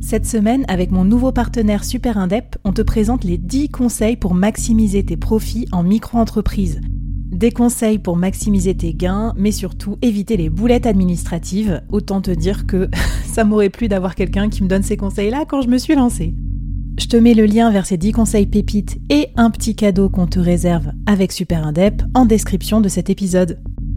Cette semaine, avec mon nouveau partenaire Super Indep, on te présente les 10 conseils pour maximiser tes profits en micro-entreprise. Des conseils pour maximiser tes gains, mais surtout éviter les boulettes administratives. Autant te dire que ça m'aurait plu d'avoir quelqu'un qui me donne ces conseils-là quand je me suis lancée. Je te mets le lien vers ces 10 conseils pépites et un petit cadeau qu'on te réserve avec Super Indep en description de cet épisode.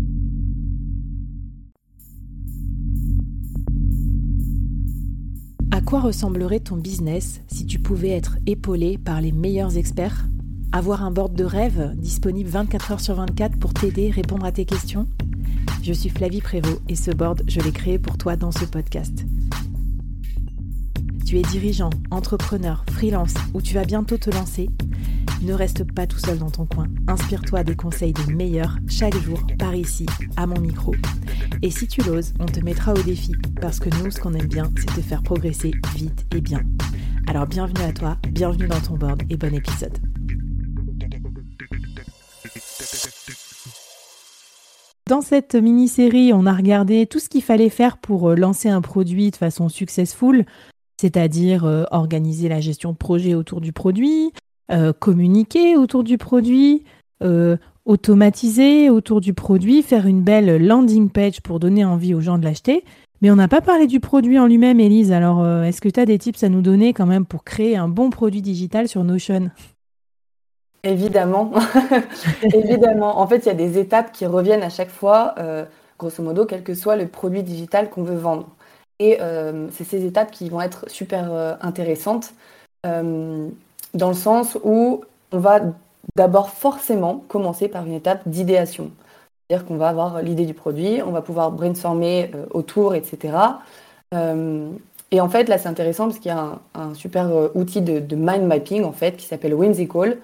À quoi ressemblerait ton business si tu pouvais être épaulé par les meilleurs experts ? Avoir un board de rêve disponible 24 heures sur 24 pour t'aider, répondre à tes questions ? Je suis Flavie Prévost et ce board, je l'ai créé pour toi dans ce podcast. Tu es dirigeant, entrepreneur, freelance ou tu vas bientôt te lancer ? Ne reste pas tout seul dans ton coin. Inspire-toi des conseils des meilleurs chaque jour par ici, à mon micro. Et si tu l'oses, on te mettra au défi parce que nous, ce qu'on aime bien, c'est te faire progresser vite et bien. Alors bienvenue à toi, bienvenue dans ton board et bon épisode. Dans cette mini-série, on a regardé tout ce qu'il fallait faire pour lancer un produit de façon successful, c'est-à-dire organiser la gestion de projet autour du produit, communiquer autour du produit, automatiser autour du produit, faire une belle landing page pour donner envie aux gens de l'acheter. Mais on n'a pas parlé du produit en lui-même, Élise. Alors, est-ce que tu as des tips à nous donner quand même pour créer un bon produit digital sur Notion ? Évidemment. Évidemment. En fait, il y a des étapes qui reviennent à chaque fois, grosso modo, quel que soit le produit digital qu'on veut vendre. Et c'est ces étapes qui vont être super intéressantes, dans le sens où on va d'abord forcément commencer par une étape d'idéation. C'est-à-dire qu'on va avoir l'idée du produit, on va pouvoir brainstormer autour, etc. Et en fait, là, c'est intéressant parce qu'il y a un super outil de mind mapping, en fait, qui s'appelle Whimsical,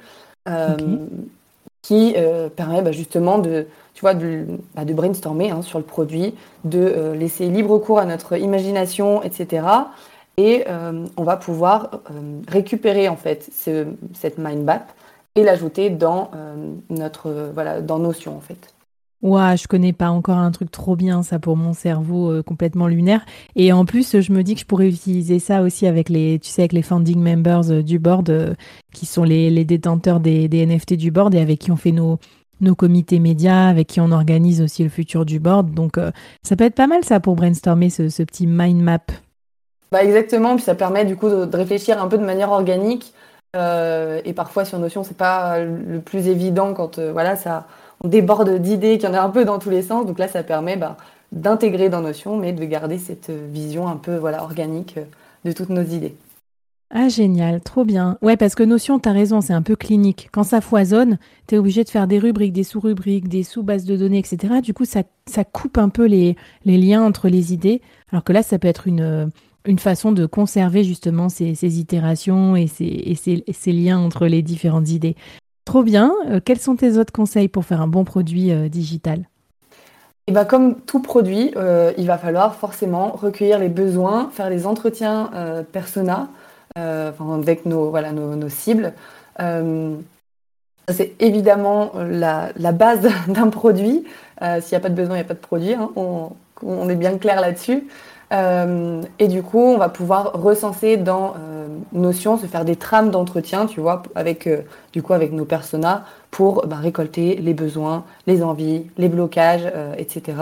qui permet justement de brainstormer sur le produit, de laisser libre cours à notre imagination, etc. Et on va pouvoir récupérer en fait cette mind map et l'ajouter dans dans Notion en fait. Ouah, je connais pas encore un truc trop bien ça pour mon cerveau complètement lunaire. Et en plus, je me dis que je pourrais utiliser ça aussi avec avec les founding members du board qui sont les détenteurs des NFT du board et avec qui on fait nos comités médias, avec qui on organise aussi le futur du board. Donc, ça peut être pas mal ça pour brainstormer ce petit mind map. Exactement, puis ça permet du coup de réfléchir un peu de manière organique. Et parfois sur Notion, c'est pas le plus évident quand on déborde d'idées, qu'il y en a un peu dans tous les sens. Donc là, ça permet d'intégrer dans Notion, mais de garder cette vision un peu organique de toutes nos idées. Ah génial, trop bien. Ouais, parce que Notion, t'as raison, c'est un peu clinique. Quand ça foisonne, t'es obligé de faire des rubriques, des sous-rubriques, des sous-bases de données, etc. Du coup, ça coupe un peu les liens entre les idées. Alors que là, ça peut être une façon de conserver justement ces itérations et ces liens entre les différentes idées. Trop bien. Quels sont tes autres conseils pour faire un bon produit digital ? Et comme tout produit, il va falloir forcément recueillir les besoins, faire les entretiens persona avec nos cibles. C'est évidemment la base d'un produit. S'il n'y a pas de besoin, il n'y a pas de produit. On est bien clair là-dessus. Et du coup, on va pouvoir recenser dans Notion, se faire des trames d'entretien, tu vois, avec nos personas pour récolter les besoins, les envies, les blocages, etc.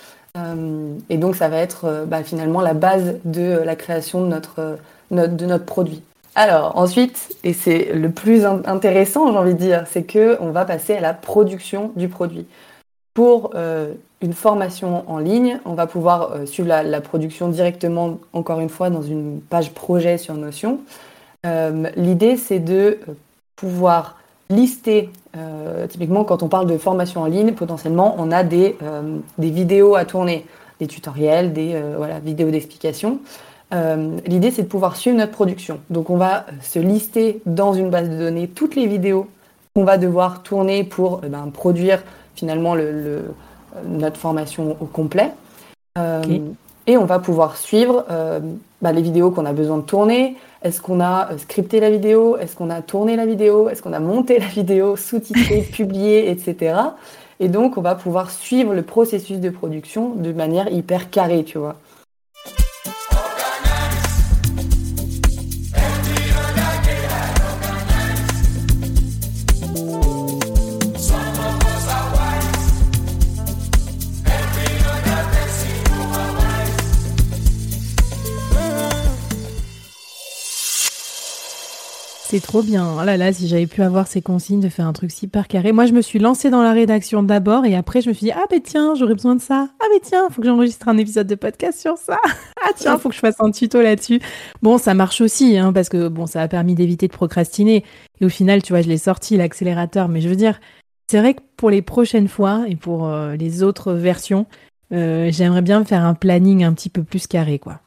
Et donc, ça va être finalement la base de la création de notre produit. Alors, ensuite, et c'est le plus intéressant, j'ai envie de dire, c'est qu'on va passer à la production du produit. Pour une formation en ligne, on va pouvoir suivre la production directement, encore une fois, dans une page projet sur Notion. L'idée, c'est de pouvoir lister, typiquement quand on parle de formation en ligne, potentiellement, on a des vidéos à tourner, des tutoriels, des vidéos d'explication. L'idée, c'est de pouvoir suivre notre production. Donc, on va se lister dans une base de données toutes les vidéos qu'on va devoir tourner pour produire finalement notre formation au complet. Okay. Et on va pouvoir suivre les vidéos qu'on a besoin de tourner. Est-ce qu'on a scripté la vidéo ? Est-ce qu'on a tourné la vidéo ? Est-ce qu'on a monté la vidéo, sous-titré, publié, etc. Et donc, on va pouvoir suivre le processus de production de manière hyper carrée, tu vois. C'est trop bien. Oh là là, si j'avais pu avoir ces consignes de faire un truc super carré. Moi, je me suis lancée dans la rédaction d'abord et après, je me suis dit, ah ben tiens, j'aurais besoin de ça. Ah ben tiens, faut que j'enregistre un épisode de podcast sur ça. Ah tiens, faut que je fasse un tuto là-dessus. Bon, ça marche aussi, hein, parce que bon, ça a permis d'éviter de procrastiner. Et au final, tu vois, je l'ai sorti, l'accélérateur. Mais je veux dire, c'est vrai que pour les prochaines fois et pour les autres versions, j'aimerais bien me faire un planning un petit peu plus carré, quoi.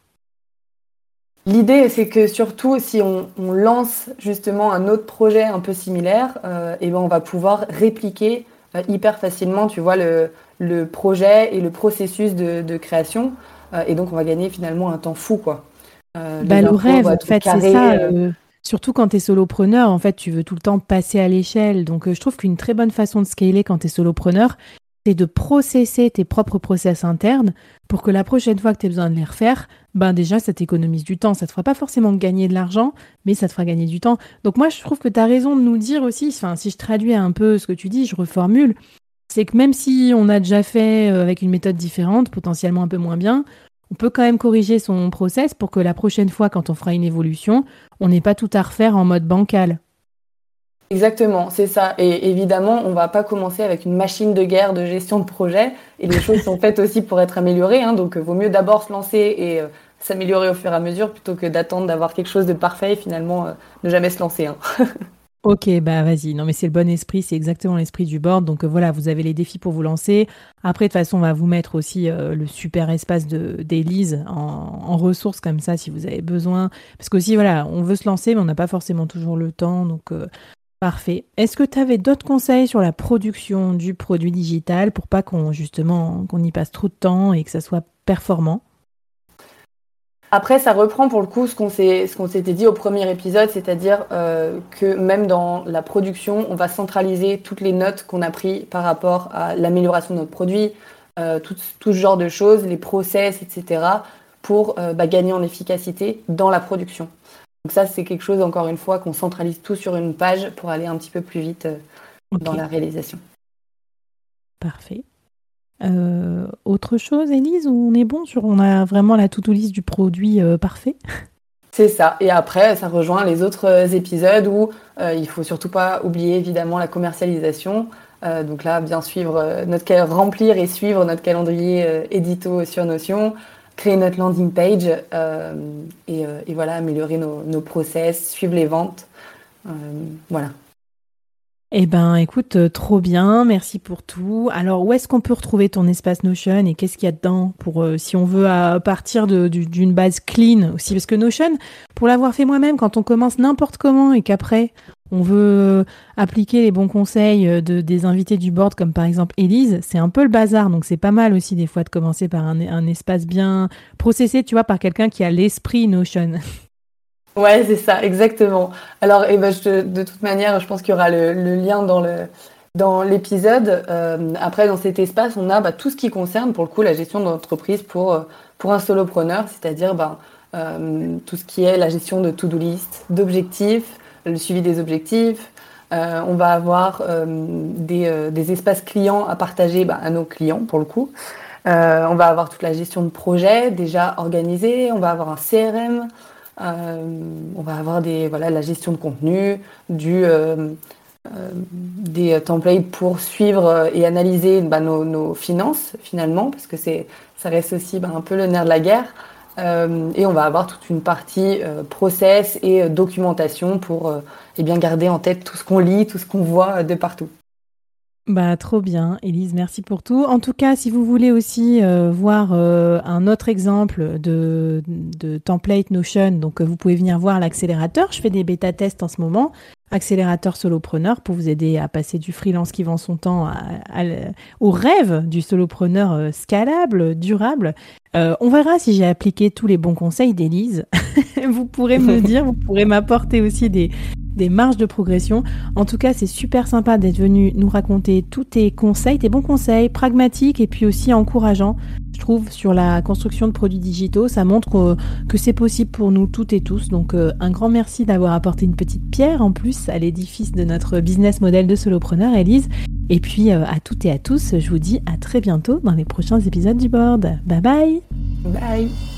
L'idée, c'est que surtout, si on lance justement un autre projet un peu similaire, et ben on va pouvoir répliquer hyper facilement, tu vois, le projet et le processus de création. Et donc, on va gagner finalement un temps fou, quoi. Les Le infos rêve, vont en être fait, c'est carrées. ça. Surtout quand tu es solopreneur, en fait, tu veux tout le temps passer à l'échelle. Donc, je trouve qu'une très bonne façon de scaler quand tu es solopreneur, c'est de processer tes propres process internes pour que la prochaine fois que tu as besoin de les refaire, ben déjà, ça t'économise du temps. Ça te fera pas forcément gagner de l'argent, mais ça te fera gagner du temps. Donc, moi, je trouve que tu as raison de nous dire aussi, enfin, si je traduis un peu ce que tu dis, je reformule, c'est que même si on a déjà fait avec une méthode différente, potentiellement un peu moins bien, on peut quand même corriger son process pour que la prochaine fois, quand on fera une évolution, on n'ait pas tout à refaire en mode bancal. Exactement, c'est ça. Et évidemment, on va pas commencer avec une machine de guerre de gestion de projet. Et les choses sont faites aussi pour être améliorées, hein. Donc, vaut mieux d'abord se lancer et s'améliorer au fur et à mesure plutôt que d'attendre d'avoir quelque chose de parfait et finalement ne jamais se lancer, hein. Ok, bah vas-y. Non, mais c'est le bon esprit, c'est exactement l'esprit du board. Donc voilà, vous avez les défis pour vous lancer. Après, de toute façon, on va vous mettre aussi le super espace d'Élise en ressources comme ça si vous avez besoin. Parce qu'aussi, voilà, on veut se lancer, mais on n'a pas forcément toujours le temps. Donc parfait. Est-ce que tu avais d'autres conseils sur la production du produit digital pour pas qu'on y passe trop de temps et que ça soit performant? Après, ça reprend pour le coup ce qu'on s'était dit au premier épisode, c'est-à-dire que même dans la production, on va centraliser toutes les notes qu'on a prises par rapport à l'amélioration de notre produit, tout ce genre de choses, les process, etc., pour gagner en efficacité dans la production. Donc ça, c'est quelque chose, encore une fois, qu'on centralise tout sur une page pour aller un petit peu plus vite dans la réalisation. Parfait. Autre chose, Élise, où on est bon on a vraiment la to-do list du produit parfait? C'est ça. Et après, ça rejoint les autres épisodes où il faut surtout pas oublier évidemment la commercialisation. Donc là, bien remplir et suivre notre calendrier édito sur Notion, créer notre landing page et voilà, améliorer nos process, suivre les ventes. Voilà. Eh ben, écoute, trop bien, merci pour tout. Alors, où est-ce qu'on peut retrouver ton espace Notion et qu'est-ce qu'il y a dedans pour si on veut partir d'une base clean aussi? Parce que Notion, pour l'avoir fait moi-même, quand on commence n'importe comment et qu'après, on veut appliquer les bons conseils des invités du board, comme par exemple Élise, c'est un peu le bazar. Donc, c'est pas mal aussi des fois de commencer par un espace bien processé, tu vois, par quelqu'un qui a l'esprit Notion. Ouais, c'est ça, exactement. Alors, de toute manière, je pense qu'il y aura le lien dans l'épisode. Après, dans cet espace, on a tout ce qui concerne, pour le coup, la gestion d'entreprise pour un solopreneur, c'est-à-dire tout ce qui est la gestion de to-do list, d'objectifs, le suivi des objectifs. On va avoir des espaces clients à partager à nos clients, pour le coup. On va avoir toute la gestion de projets déjà organisée. On va avoir un CRM. On va avoir la gestion de contenu, des templates pour suivre et analyser nos finances finalement, parce que ça reste aussi un peu le nerf de la guerre. Et on va avoir toute une partie process et documentation pour garder en tête tout ce qu'on lit, tout ce qu'on voit de partout. Trop bien, Élise, merci pour tout. En tout cas, si vous voulez aussi voir un autre exemple de template Notion, donc vous pouvez venir voir l'accélérateur. Je fais des bêta-tests en ce moment. Accélérateur solopreneur pour vous aider à passer du freelance qui vend son temps au rêve du solopreneur scalable, durable. On verra si j'ai appliqué tous les bons conseils d'Élise. Vous pourrez me dire, vous pourrez m'apporter aussi des marges de progression. En tout cas, c'est super sympa d'être venu nous raconter tous tes conseils, tes bons conseils, pragmatiques et puis aussi encourageants, je trouve, sur la construction de produits digitaux. Ça montre que c'est possible pour nous toutes et tous. Donc, un grand merci d'avoir apporté une petite pierre en plus à l'édifice de notre business model de solopreneur, Élise. Et puis, à toutes et à tous, je vous dis à très bientôt dans les prochains épisodes du board. Bye bye! Bye!